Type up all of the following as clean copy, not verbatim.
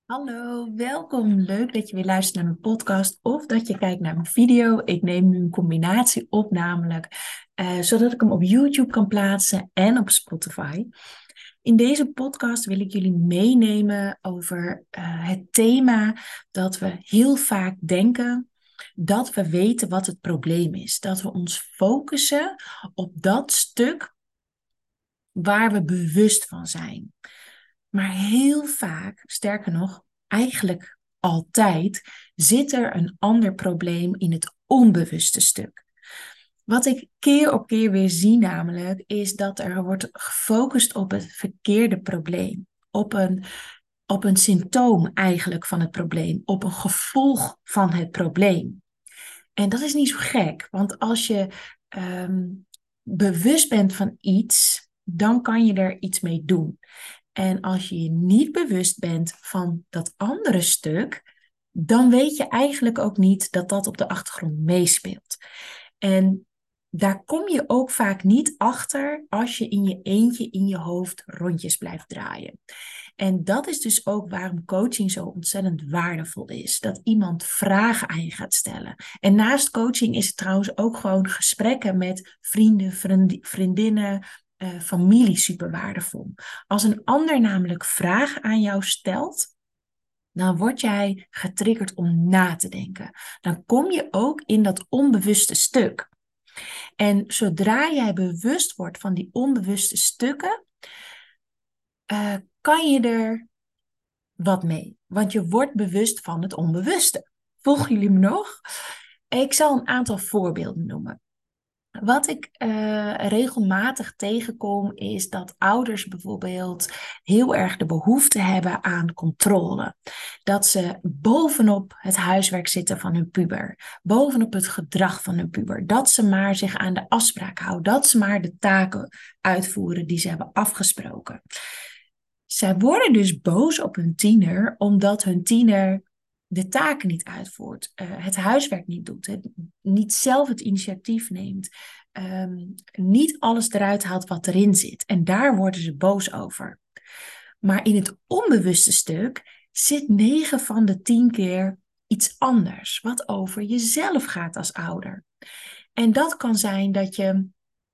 Hallo, welkom. Leuk dat je weer luistert naar mijn podcast of dat je kijkt naar mijn video. Ik neem nu een combinatie op, namelijk zodat ik hem op YouTube kan plaatsen en op Spotify. In deze podcast wil ik jullie meenemen over het thema dat we heel vaak denken dat we weten wat het probleem is. Dat we ons focussen op dat stuk waar we bewust van zijn. Maar heel vaak, sterker nog, eigenlijk altijd, zit er een ander probleem in het onbewuste stuk. Wat ik keer op keer weer zie namelijk, is dat er wordt gefocust op het verkeerde probleem. Op een symptoom eigenlijk van het probleem. Op een gevolg van het probleem. En dat is niet zo gek, want als je ehm, bewust bent van iets, dan kan je er iets mee doen. En als je je niet bewust bent van dat andere stuk, dan weet je eigenlijk ook niet dat dat op de achtergrond meespeelt. En daar kom je ook vaak niet achter als je in je eentje in je hoofd rondjes blijft draaien. En dat is dus ook waarom coaching zo ontzettend waardevol is. Dat iemand vragen aan je gaat stellen. En naast coaching is het trouwens ook gewoon gesprekken met vrienden, vriendinnen, familie super waardevol. Als een ander namelijk vragen aan jou stelt, dan word jij getriggerd om na te denken. Dan kom je ook in dat onbewuste stuk. En zodra jij bewust wordt van die onbewuste stukken, kan je er wat mee. Want je wordt bewust van het onbewuste. Volgen jullie me nog? Ik zal een aantal voorbeelden noemen. Wat ik regelmatig tegenkom is dat ouders bijvoorbeeld heel erg de behoefte hebben aan controle. Dat ze bovenop het huiswerk zitten van hun puber, bovenop het gedrag van hun puber. Dat ze maar zich aan de afspraak houden, dat ze maar de taken uitvoeren die ze hebben afgesproken. Zij worden dus boos op hun tiener omdat hun tiener de taken niet uitvoert, het huiswerk niet doet, niet zelf het initiatief neemt, niet alles eruit haalt wat erin zit. En daar worden ze boos over. Maar in het onbewuste stuk zit 9 van de 10 keer iets anders, wat over jezelf gaat als ouder. En dat kan zijn dat je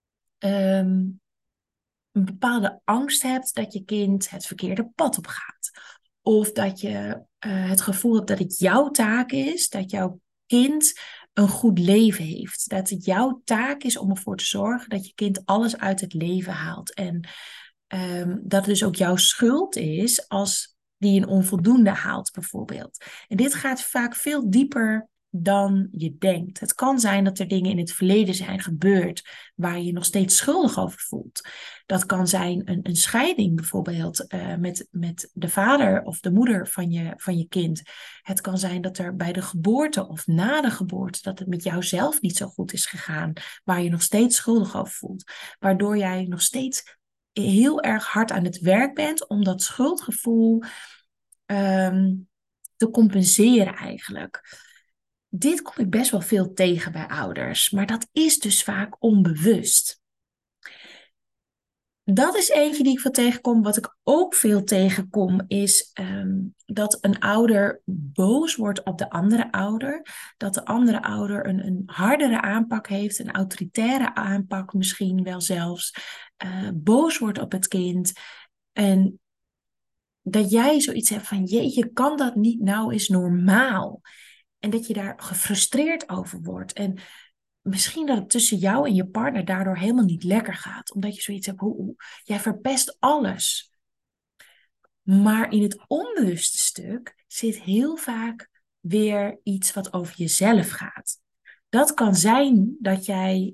een bepaalde angst hebt dat je kind het verkeerde pad op gaat. Of dat je het gevoel hebt dat het jouw taak is, dat jouw kind een goed leven heeft. Dat het jouw taak is om ervoor te zorgen dat je kind alles uit het leven haalt. En dat het dus ook jouw schuld is als die een onvoldoende haalt, bijvoorbeeld. En dit gaat vaak veel dieper dan je denkt. Het kan zijn dat er dingen in het verleden zijn gebeurd waar je je nog steeds schuldig over voelt. Dat kan zijn een scheiding bijvoorbeeld met de vader of de moeder van je kind. Het kan zijn dat er bij de geboorte of na de geboorte dat het met jou zelf niet zo goed is gegaan, waar je nog steeds schuldig over voelt. Waardoor jij nog steeds heel erg hard aan het werk bent om dat schuldgevoel te compenseren eigenlijk. Dit kom ik best wel veel tegen bij ouders, maar dat is dus vaak onbewust. Dat is eentje die ik veel tegenkom. Wat ik ook veel tegenkom is dat een ouder boos wordt op de andere ouder. Dat de andere ouder een hardere aanpak heeft, een autoritaire aanpak misschien wel zelfs. Boos wordt op het kind. En dat jij zoiets hebt van, jeetje, kan dat niet nou eens normaal? En dat je daar gefrustreerd over wordt. En misschien dat het tussen jou en je partner daardoor helemaal niet lekker gaat. Omdat je zoiets hebt, jij verpest alles. Maar in het onbewuste stuk zit heel vaak weer iets wat over jezelf gaat. Dat kan zijn dat jij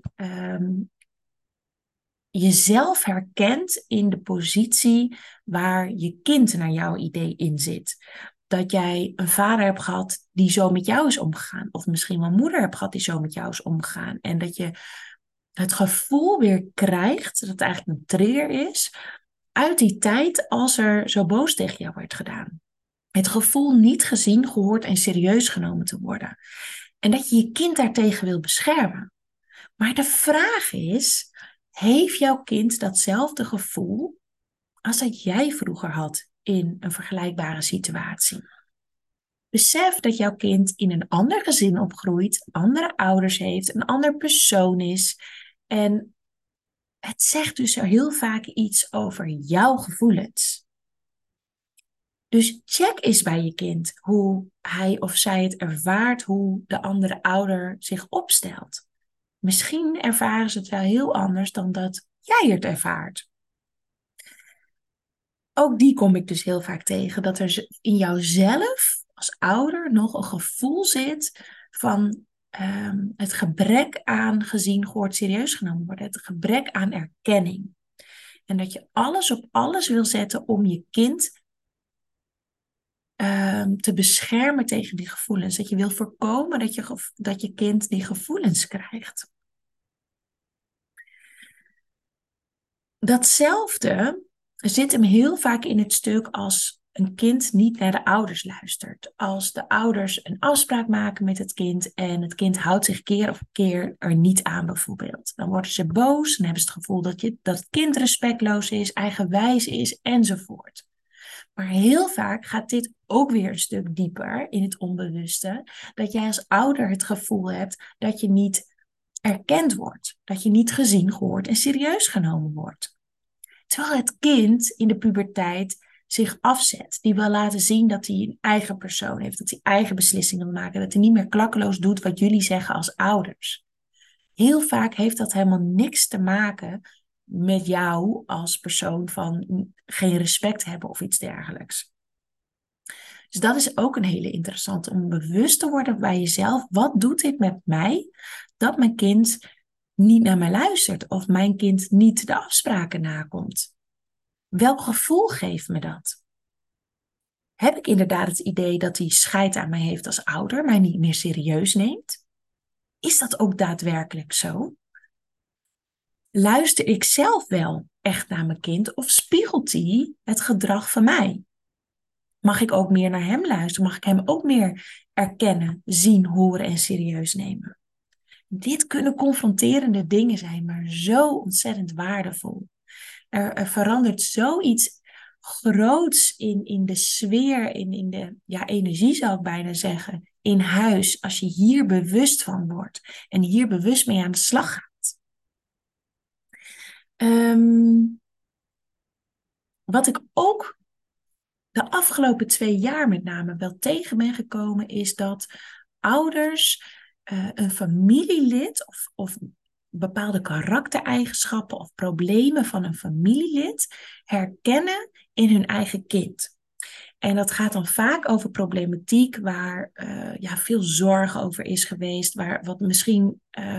jezelf herkent in de positie waar je kind naar jouw idee in zit. Dat jij een vader hebt gehad die zo met jou is omgegaan. Of misschien wel een moeder hebt gehad die zo met jou is omgegaan. En dat je het gevoel weer krijgt, dat het eigenlijk een trigger is, uit die tijd als er zo boos tegen jou werd gedaan. Het gevoel niet gezien, gehoord en serieus genomen te worden. En dat je je kind daartegen wil beschermen. Maar de vraag is, heeft jouw kind datzelfde gevoel als dat jij vroeger had in een vergelijkbare situatie. Besef dat jouw kind in een ander gezin opgroeit, andere ouders heeft, een ander persoon is. En het zegt dus heel vaak iets over jouw gevoelens. Dus check eens bij je kind hoe hij of zij het ervaart, hoe de andere ouder zich opstelt. Misschien ervaren ze het wel heel anders dan dat jij het ervaart. Ook die kom ik dus heel vaak tegen, dat er in jouzelf als ouder nog een gevoel zit van het gebrek aan gezien, gehoord, serieus genomen worden. Het gebrek aan erkenning. En dat je alles op alles wil zetten om je kind te beschermen tegen die gevoelens. Dat je wil voorkomen dat je kind die gevoelens krijgt. Datzelfde zit hem heel vaak in het stuk als een kind niet naar de ouders luistert. Als de ouders een afspraak maken met het kind en het kind houdt zich keer op keer er niet aan bijvoorbeeld. Dan worden ze boos, dan hebben ze het gevoel dat het kind respectloos is, eigenwijs is enzovoort. Maar heel vaak gaat dit ook weer een stuk dieper in het onbewuste. Dat jij als ouder het gevoel hebt dat je niet erkend wordt. Dat je niet gezien, gehoord en serieus genomen wordt. Terwijl het kind in de puberteit zich afzet. Die wil laten zien dat hij een eigen persoon heeft. Dat hij eigen beslissingen wil maken. Dat hij niet meer klakkeloos doet wat jullie zeggen als ouders. Heel vaak heeft dat helemaal niks te maken met jou als persoon van geen respect hebben of iets dergelijks. Dus dat is ook een hele interessante om bewust te worden bij jezelf. Wat doet dit met mij dat mijn kind niet naar mij luistert of mijn kind niet de afspraken nakomt? Welk gevoel geeft me dat? Heb ik inderdaad het idee dat hij scheid aan mij heeft als ouder, mij niet meer serieus neemt? Is dat ook daadwerkelijk zo? Luister ik zelf wel echt naar mijn kind of spiegelt hij het gedrag van mij? Mag ik ook meer naar hem luisteren? Mag ik hem ook meer erkennen, zien, horen en serieus nemen? Dit kunnen confronterende dingen zijn, maar zo ontzettend waardevol. Er verandert zoiets groots in de sfeer, in de energie zou ik bijna zeggen, in huis, als je hier bewust van wordt en hier bewust mee aan de slag gaat. Wat ik ook de afgelopen 2 jaar met name wel tegen ben gekomen, is dat ouders een familielid of bepaalde karaktereigenschappen of problemen van een familielid herkennen in hun eigen kind. En dat gaat dan vaak over problematiek waar veel zorg over is geweest, wat misschien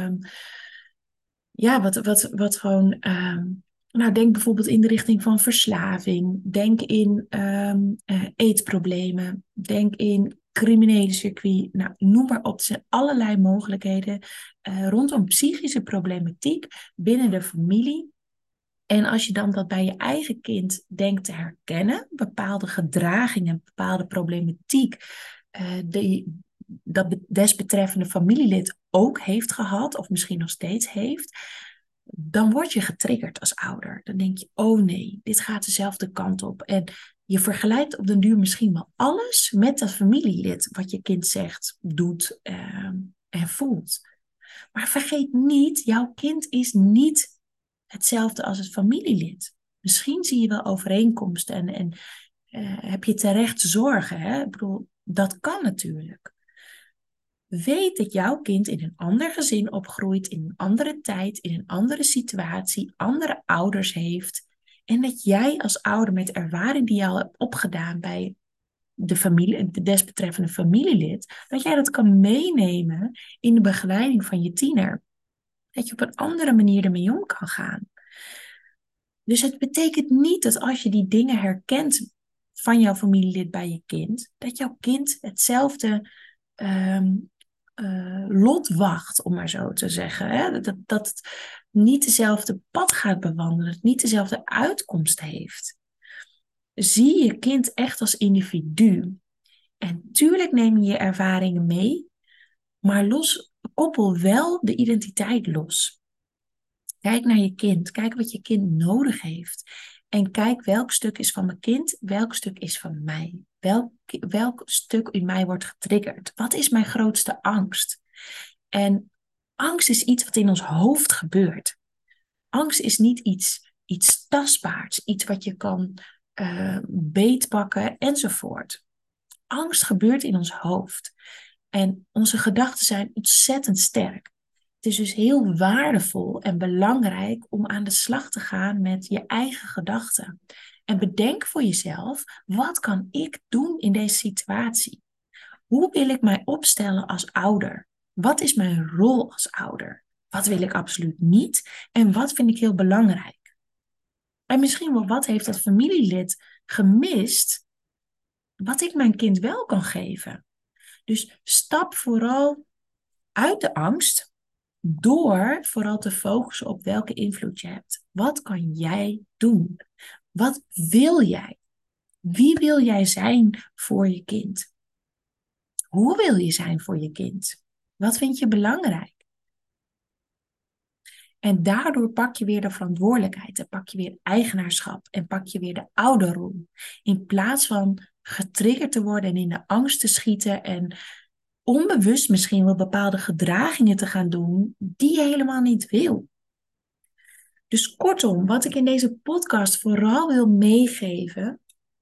wat gewoon denk bijvoorbeeld in de richting van verslaving. Denk in eetproblemen. Denk in criminele circuit. Nou, noem maar op. Er zijn allerlei mogelijkheden rondom psychische problematiek binnen de familie. En als je dan dat bij je eigen kind denkt te herkennen, bepaalde gedragingen, bepaalde problematiek, dat desbetreffende familielid ook heeft gehad, of misschien nog steeds heeft, dan word je getriggerd als ouder. Dan denk je, oh nee, dit gaat dezelfde kant op. En je vergelijkt op den duur misschien wel alles met dat familielid, wat je kind zegt, doet en voelt. Maar vergeet niet, jouw kind is niet hetzelfde als het familielid. Misschien zie je wel overeenkomsten en heb je terecht zorgen. Hè? Ik bedoel, dat kan natuurlijk. Weet dat jouw kind in een ander gezin opgroeit, in een andere tijd, in een andere situatie, andere ouders heeft. En dat jij als ouder met de ervaring die je al hebt opgedaan bij de desbetreffende familielid, dat jij dat kan meenemen in de begeleiding van je tiener. Dat je op een andere manier ermee om kan gaan. Dus het betekent niet dat als je die dingen herkent van jouw familielid bij je kind, dat jouw kind hetzelfde lot wacht, om maar zo te zeggen. Hè? Dat het niet dezelfde pad gaat bewandelen, dat het niet dezelfde uitkomst heeft. Zie je kind echt als individu. En tuurlijk neem je je ervaringen mee, maar koppel wel de identiteit los. Kijk naar je kind. Kijk wat je kind nodig heeft. En kijk welk stuk is van mijn kind, welk stuk is van mij. Welk stuk in mij wordt getriggerd. Wat is mijn grootste angst? En angst is iets wat in ons hoofd gebeurt. Angst is niet iets tastbaars, iets wat je kan beetpakken enzovoort. Angst gebeurt in ons hoofd. En onze gedachten zijn ontzettend sterk. Het is dus heel waardevol en belangrijk om aan de slag te gaan met je eigen gedachten. En bedenk voor jezelf, wat kan ik doen in deze situatie? Hoe wil ik mij opstellen als ouder? Wat is mijn rol als ouder? Wat wil ik absoluut niet? En wat vind ik heel belangrijk? En misschien wel, wat heeft dat familielid gemist, wat ik mijn kind wel kan geven? Dus stap vooral uit de angst door vooral te focussen op welke invloed je hebt. Wat kan jij doen? Wat wil jij? Wie wil jij zijn voor je kind? Hoe wil je zijn voor je kind? Wat vind je belangrijk? En daardoor pak je weer de verantwoordelijkheid en pak je weer eigenaarschap en pak je weer de ouderrol. In plaats van getriggerd te worden en in de angst te schieten en onbewust misschien wel bepaalde gedragingen te gaan doen die je helemaal niet wil. Dus kortom, wat ik in deze podcast vooral wil meegeven,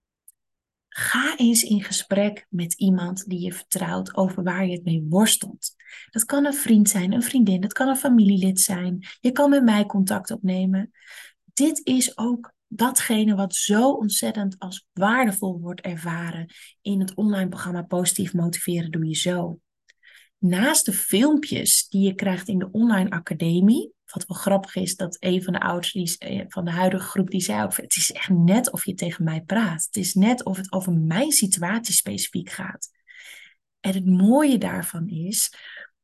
ga eens in gesprek met iemand die je vertrouwt over waar je het mee worstelt. Dat kan een vriend zijn, een vriendin, dat kan een familielid zijn. Je kan met mij contact opnemen. Dit is ook datgene wat zo ontzettend als waardevol wordt ervaren in het online programma Positief Motiveren Doe Je Zo. Naast de filmpjes die je krijgt in de online academie, wat wel grappig is dat een van de ouders van de huidige groep die zei ook, het is echt net of je tegen mij praat. Het is net of het over mijn situatie specifiek gaat. En het mooie daarvan is,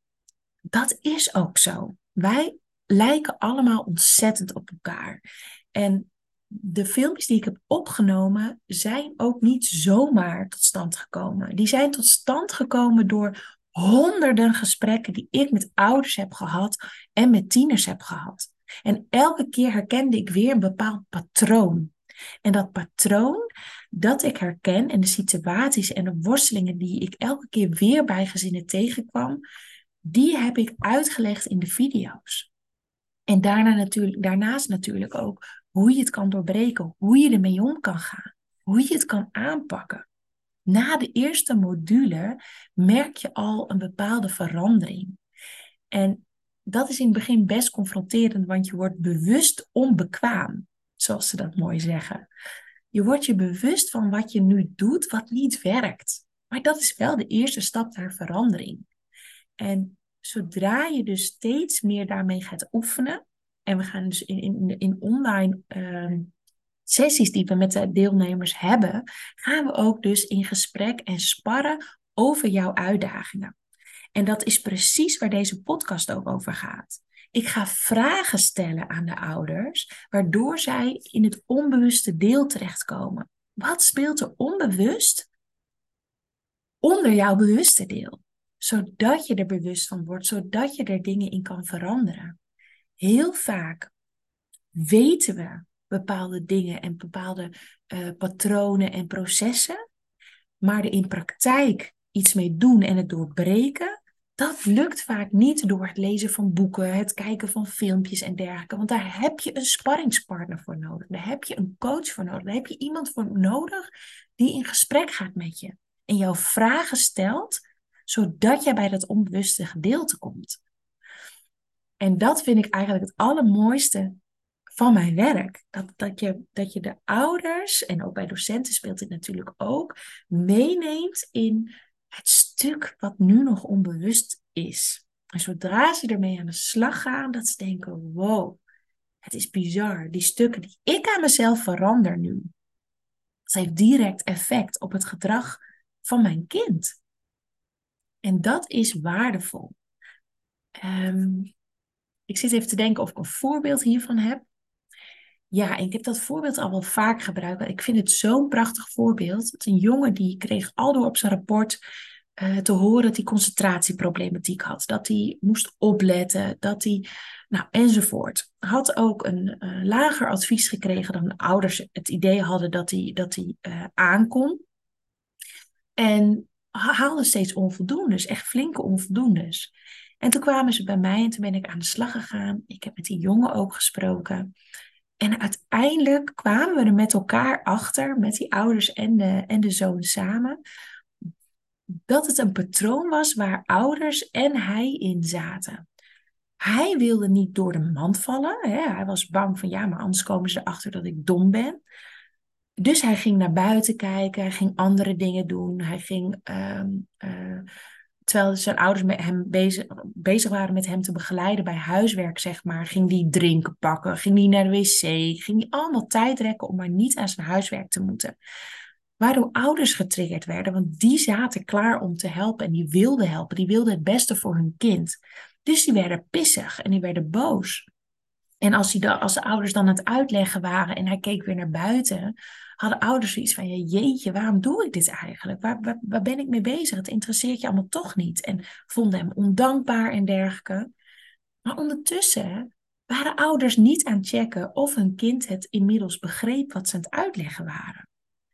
dat is ook zo. Wij lijken allemaal ontzettend op elkaar. En de filmpjes die ik heb opgenomen zijn ook niet zomaar tot stand gekomen. Die zijn tot stand gekomen door honderden gesprekken die ik met ouders heb gehad en met tieners heb gehad. En elke keer herkende ik weer een bepaald patroon. En dat patroon dat ik herken en de situaties en de worstelingen die ik elke keer weer bij gezinnen tegenkwam, die heb ik uitgelegd in de video's. En daarnaast natuurlijk ook hoe je het kan doorbreken, hoe je ermee om kan gaan, hoe je het kan aanpakken. Na de eerste module merk je al een bepaalde verandering. En dat is in het begin best confronterend, want je wordt bewust onbekwaam, zoals ze dat mooi zeggen. Je wordt je bewust van wat je nu doet, wat niet werkt. Maar dat is wel de eerste stap naar verandering. En zodra je dus steeds meer daarmee gaat oefenen, en we gaan dus in online sessies die we met de deelnemers hebben, gaan we ook dus in gesprek en sparren over jouw uitdagingen. En dat is precies waar deze podcast ook over gaat. Ik ga vragen stellen aan de ouders, waardoor zij in het onbewuste deel terechtkomen. Wat speelt er onbewust onder jouw bewuste deel? Zodat je er bewust van wordt, zodat je er dingen in kan veranderen. Heel vaak weten we bepaalde dingen en bepaalde patronen en processen, maar er in praktijk iets mee doen en het doorbreken, dat lukt vaak niet door het lezen van boeken, het kijken van filmpjes en dergelijke. Want daar heb je een sparringspartner voor nodig. Daar heb je een coach voor nodig. Daar heb je iemand voor nodig die in gesprek gaat met je. En jouw vragen stelt, zodat jij bij dat onbewuste gedeelte komt. En dat vind ik eigenlijk het allermooiste van mijn werk. Dat je de ouders, en ook bij docenten speelt dit natuurlijk ook, meeneemt in het stuk wat nu nog onbewust is. En zodra ze ermee aan de slag gaan, dat ze denken, wow, het is bizar. Die stukken die ik aan mezelf verander nu, dat heeft direct effect op het gedrag van mijn kind. En dat is waardevol. Ik zit even te denken of ik een voorbeeld hiervan heb. Ja, ik heb dat voorbeeld al wel vaak gebruikt. Ik vind het zo'n prachtig voorbeeld. Dat een jongen die kreeg aldoor op zijn rapport te horen dat hij concentratieproblematiek had. Dat hij moest opletten. Dat hij Nou, enzovoort. Had ook een lager advies gekregen dan de ouders het idee hadden dat hij aankon. En haalde steeds onvoldoendes, echt flinke onvoldoendes. En toen kwamen ze bij mij en toen ben ik aan de slag gegaan. Ik heb met die jongen ook gesproken. En uiteindelijk kwamen we er met elkaar achter, met die ouders en de zoon samen, dat het een patroon was waar ouders en hij in zaten. Hij wilde niet door de mand vallen. Hè? Hij was bang van ja, maar anders komen ze erachter dat ik dom ben. Dus hij ging naar buiten kijken, hij ging andere dingen doen. Hij ging, terwijl zijn ouders met hem bezig waren met hem te begeleiden bij huiswerk, zeg maar, ging die drinken pakken, ging die naar de wc, ging die allemaal tijd rekken om maar niet aan zijn huiswerk te moeten. Waardoor ouders getriggerd werden, want die zaten klaar om te helpen en die wilden helpen, die wilden het beste voor hun kind. Dus die werden pissig en die werden boos. En als de ouders dan aan het uitleggen waren en hij keek weer naar buiten, hadden ouders zoiets van, ja, jeetje, waarom doe ik dit eigenlijk? Waar ben ik mee bezig? Het interesseert je allemaal toch niet. En vonden hem ondankbaar en dergelijke. Maar ondertussen waren ouders niet aan het checken of hun kind het inmiddels begreep wat ze aan het uitleggen waren.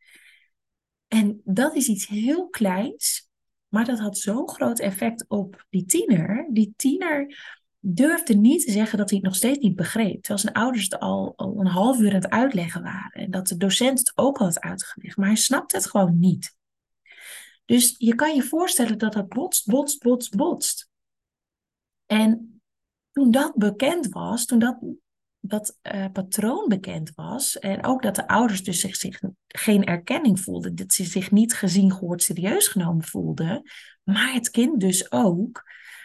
En dat is iets heel kleins, maar dat had zo'n groot effect op die tiener. Die tiener durfde niet te zeggen dat hij het nog steeds niet begreep. Terwijl zijn ouders het al een half uur aan het uitleggen waren. En dat de docent het ook al had uitgelegd. Maar hij snapte het gewoon niet. Dus je kan je voorstellen dat dat botst. En toen dat bekend was, toen dat patroon bekend was, en ook dat de ouders dus zich geen erkenning voelden, dat ze zich niet gezien, gehoord, serieus genomen voelden, maar het kind dus ook,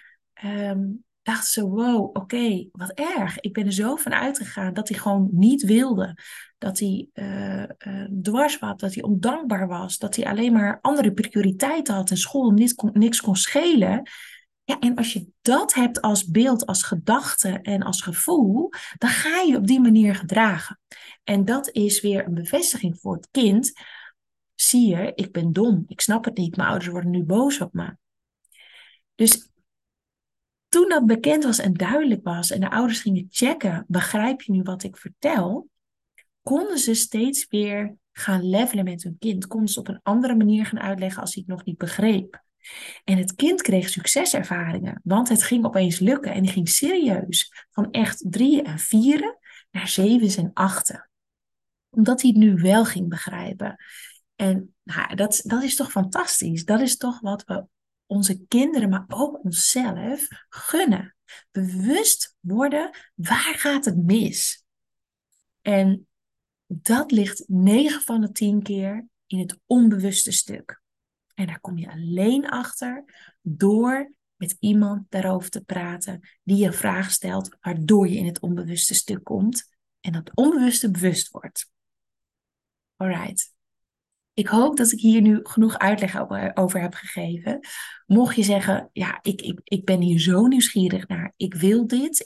dachten ze, wow, oké, wat erg. Ik ben er zo van uitgegaan dat hij gewoon niet wilde, dat hij dwars was, dat hij ondankbaar was, dat hij alleen maar andere prioriteiten had en school hem niks kon schelen. Ja, en als je dat hebt als beeld, als gedachte en als gevoel, dan ga je op die manier gedragen. En dat is weer een bevestiging voor het kind. Zie je, ik ben dom, ik snap het niet, mijn ouders worden nu boos op me. Dus toen dat bekend was en duidelijk was en de ouders gingen checken, begrijp je nu wat ik vertel, konden ze steeds weer gaan levelen met hun kind. Konden ze op een andere manier gaan uitleggen als hij het nog niet begreep. En het kind kreeg succeservaringen, want het ging opeens lukken en die ging serieus van echt 3 en 4 naar 7 en 8. Omdat hij het nu wel ging begrijpen. En nou, dat is toch fantastisch. Dat is toch wat we onze kinderen, maar ook onszelf gunnen. Bewust worden, waar gaat het mis? En dat ligt 9 van de 10 keer in het onbewuste stuk. En daar kom je alleen achter door met iemand daarover te praten die je een vraag stelt, waardoor je in het onbewuste stuk komt en dat onbewuste bewust wordt. Alright. Ik hoop dat ik hier nu genoeg uitleg over heb gegeven. Mocht je zeggen, ja, ik ben hier zo nieuwsgierig naar, ik wil dit,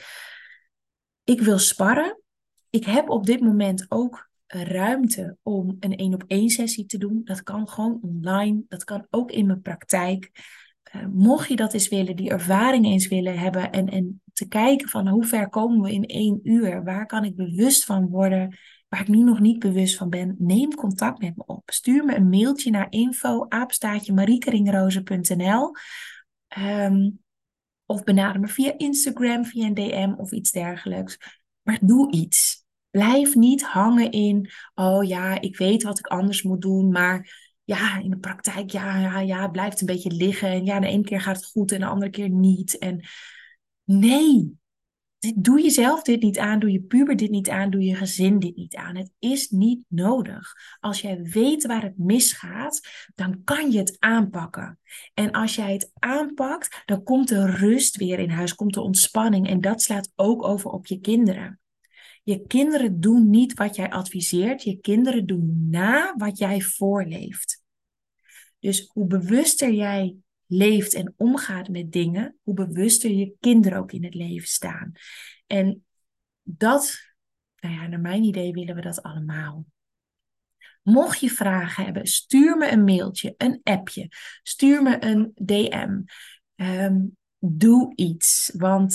ik wil sparren. Ik heb op dit moment ook ruimte om een 1-op-1 sessie te doen. Dat kan gewoon online. Dat kan ook in mijn praktijk. Mocht je dat eens willen, die ervaring eens willen hebben en te kijken van hoe ver komen we in 1 uur? Waar kan ik bewust van worden? Waar ik nu nog niet bewust van ben, neem contact met me op. Stuur me een mailtje naar info@mariekeringrozen.nl. Of benader me via Instagram, via een DM of iets dergelijks. Maar doe iets. Blijf niet hangen in, oh ja, ik weet wat ik anders moet doen, maar ja, in de praktijk, ja, het blijft een beetje liggen. En ja, de ene keer gaat het goed en de andere keer niet. En nee, doe jezelf dit niet aan, doe je puber dit niet aan, doe je gezin dit niet aan. Het is niet nodig. Als jij weet waar het misgaat, dan kan je het aanpakken. En als jij het aanpakt, dan komt de rust weer in huis, komt de ontspanning. En dat slaat ook over op je kinderen. Je kinderen doen niet wat jij adviseert, je kinderen doen na wat jij voorleeft. Dus hoe bewuster jij leeft en omgaat met dingen, hoe bewuster je kinderen ook in het leven staan. En dat, nou ja, naar mijn idee willen we dat allemaal. Mocht je vragen hebben, stuur me een mailtje, een appje, stuur me een DM. Doe iets, want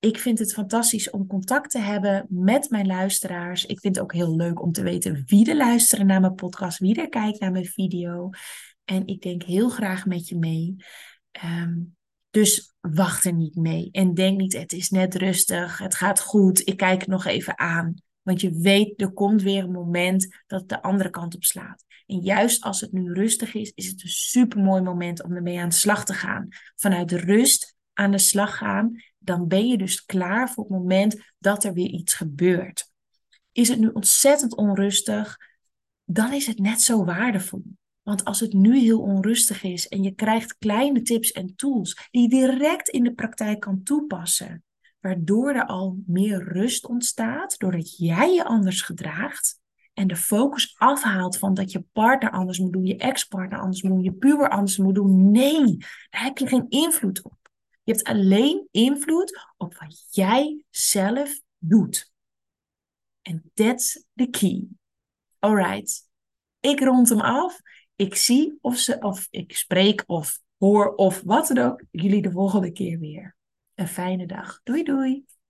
Ik vind het fantastisch om contact te hebben met mijn luisteraars. Ik vind het ook heel leuk om te weten wie er luisteren naar mijn podcast, wie er kijkt naar mijn video. En ik denk heel graag met je mee. Ehm, dus wacht er niet mee. En denk niet, het is net rustig, het gaat goed, ik kijk het nog even aan. Want je weet, er komt weer een moment dat het de andere kant op slaat. En juist als het nu rustig is het een supermooi moment om ermee aan de slag te gaan. Vanuit de rust aan de slag gaan, dan ben je dus klaar voor het moment dat er weer iets gebeurt. Is het nu ontzettend onrustig, dan is het net zo waardevol. Want als het nu heel onrustig is en je krijgt kleine tips en tools die je direct in de praktijk kan toepassen, waardoor er al meer rust ontstaat, doordat jij je anders gedraagt en de focus afhaalt van dat je partner anders moet doen, je ex-partner anders moet doen, je puber anders moet doen. Nee, daar heb je geen invloed op. Je hebt alleen invloed op wat jij zelf doet. En that's the key. Alright. Ik rond hem af. Ik zie of ik spreek of hoor of wat dan ook jullie de volgende keer weer. Een fijne dag. Doei doei.